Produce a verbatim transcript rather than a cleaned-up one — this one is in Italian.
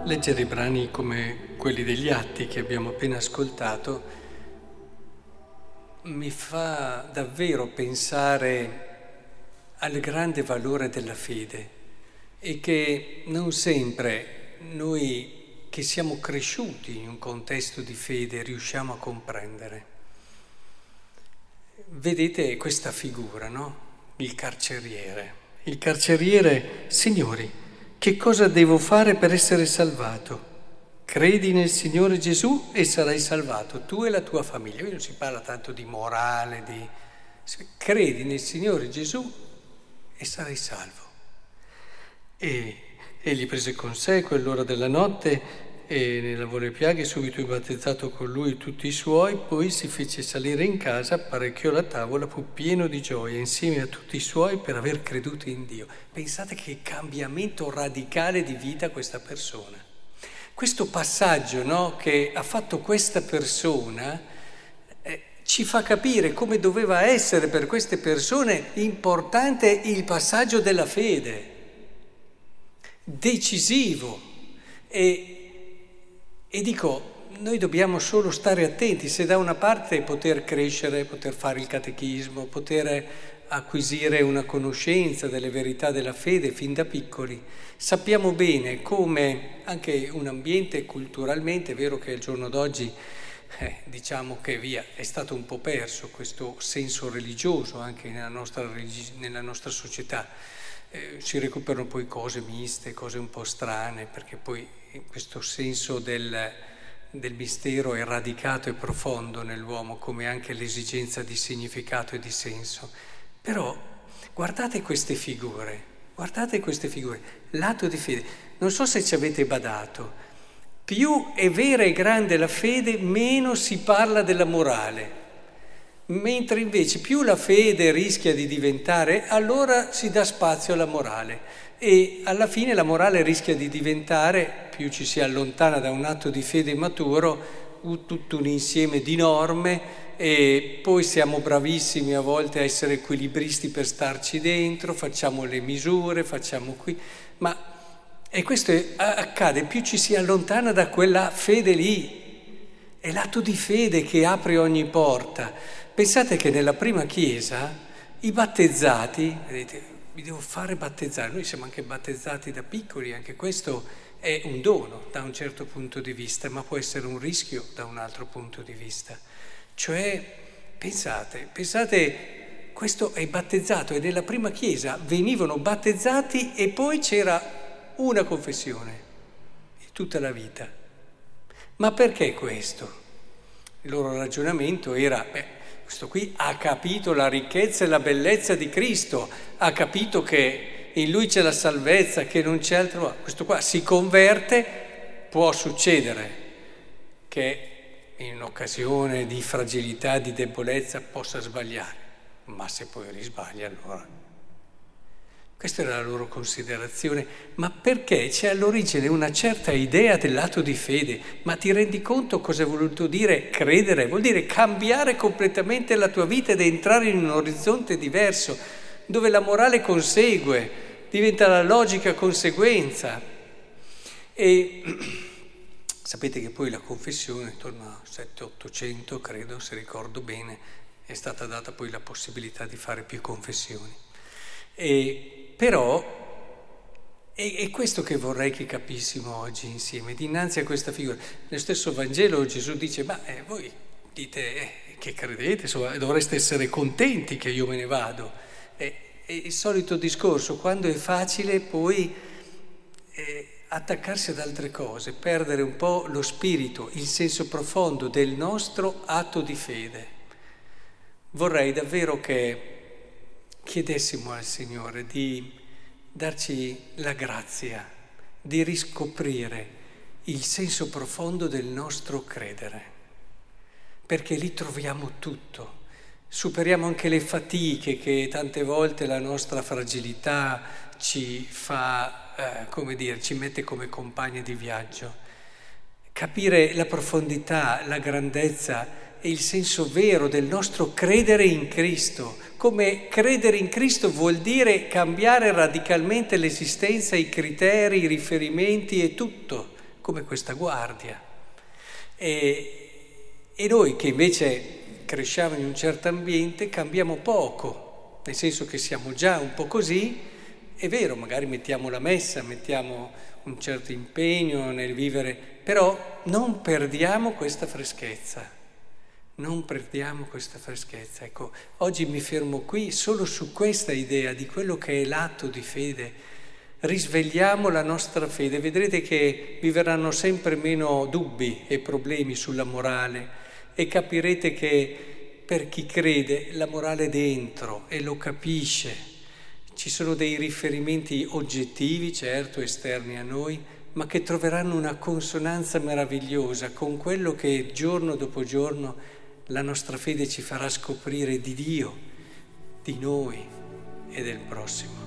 Leggere brani come quelli degli Atti che abbiamo appena ascoltato mi fa davvero pensare al grande valore della fede e che non sempre noi che siamo cresciuti in un contesto di fede riusciamo a comprendere. Vedete questa figura, no? Il carceriere. Il carceriere, signori, che cosa devo fare per essere salvato? Credi nel Signore Gesù e sarai salvato, tu e la tua famiglia. Qui non si parla tanto di morale, di... credi nel Signore Gesù e sarai salvo. E egli prese con sé quell'ora della notte e nel lavoro e piaghe subito battezzato con lui tutti i suoi, poi si fece salire in casa, apparecchiò la tavola, fu pieno di gioia insieme a tutti i suoi per aver creduto in Dio. Pensate che cambiamento radicale di vita questa persona. Questo passaggio, no, che ha fatto questa persona eh, ci fa capire come doveva essere per queste persone importante il passaggio della fede, decisivo. E E dico, noi dobbiamo solo stare attenti, se da una parte poter crescere, poter fare il catechismo, poter acquisire una conoscenza delle verità della fede fin da piccoli, sappiamo bene come anche un ambiente culturalmente, è vero che al giorno d'oggi eh, diciamo che via, è stato un po' perso questo senso religioso anche nella nostra, nella nostra società. Eh, si recuperano poi cose miste, cose un po' strane, perché poi questo senso del, del mistero è radicato e profondo nell'uomo, come anche l'esigenza di significato e di senso. Però guardate queste figure, guardate queste figure, l'atto di fede. Non so se ci avete badato, più è vera e grande la fede, meno si parla della morale. Mentre invece più la fede rischia di diventare, allora si dà spazio alla morale e alla fine la morale rischia di diventare, più ci si allontana da un atto di fede maturo, tutto un insieme di norme e poi siamo bravissimi a volte a essere equilibristi per starci dentro, facciamo le misure, facciamo qui, ma e questo è, accade più ci si allontana da quella fede lì, è l'atto di fede che apre ogni porta. Pensate che nella prima chiesa i battezzati, vedete, mi devo fare battezzare, noi siamo anche battezzati da piccoli, anche questo è un dono da un certo punto di vista, ma può essere un rischio da un altro punto di vista. Cioè, pensate, pensate, questo è battezzato e nella prima chiesa venivano battezzati e poi c'era una confessione tutta la vita. Ma perché questo? Il loro ragionamento era, beh, questo qui ha capito la ricchezza e la bellezza di Cristo, ha capito che in Lui c'è la salvezza, che non c'è altro. Questo qua si converte, può succedere che in un'occasione di fragilità, di debolezza possa sbagliare, ma se poi risbaglia allora... Questa era la loro considerazione, ma perché c'è all'origine una certa idea dell'atto di fede, ma ti rendi conto cosa è voluto dire credere? Vuol dire cambiare completamente la tua vita ed entrare in un orizzonte diverso, dove la morale consegue, diventa la logica conseguenza. E sapete che poi la confessione, intorno a settecento ottocento credo, se ricordo bene, è stata data poi la possibilità di fare più confessioni. E però è, è questo che vorrei che capissimo oggi insieme, dinanzi a questa figura. Nel stesso Vangelo Gesù dice, ma eh, voi dite eh, che credete, insomma, dovreste essere contenti che io me ne vado. È, è il solito discorso, quando è facile poi eh, attaccarsi ad altre cose, perdere un po' lo spirito, il senso profondo del nostro atto di fede. Vorrei davvero che chiedessimo al Signore di darci la grazia di riscoprire il senso profondo del nostro credere, perché lì troviamo tutto, superiamo anche le fatiche che tante volte la nostra fragilità ci fa, eh, come dire, ci mette come compagni di viaggio. Capire la profondità, la grandezza e il senso vero del nostro credere in Cristo. Come credere in Cristo vuol dire cambiare radicalmente l'esistenza, i criteri, i riferimenti e tutto. come questa guardia. E, e noi che invece cresciamo in un certo ambiente cambiamo poco, nel senso che siamo già un po' così, è vero, magari mettiamo la messa, mettiamo un certo impegno nel vivere, però non perdiamo questa freschezza, non perdiamo questa freschezza. Ecco, oggi mi fermo qui solo su questa idea di quello che è l'atto di fede. Risvegliamo la nostra fede, vedrete che vi verranno sempre meno dubbi e problemi sulla morale e capirete che per chi crede la morale è dentro e lo capisce. Ci sono dei riferimenti oggettivi, certo, esterni a noi, ma che troveranno una consonanza meravigliosa con quello che giorno dopo giorno la nostra fede ci farà scoprire di Dio, di noi e del prossimo.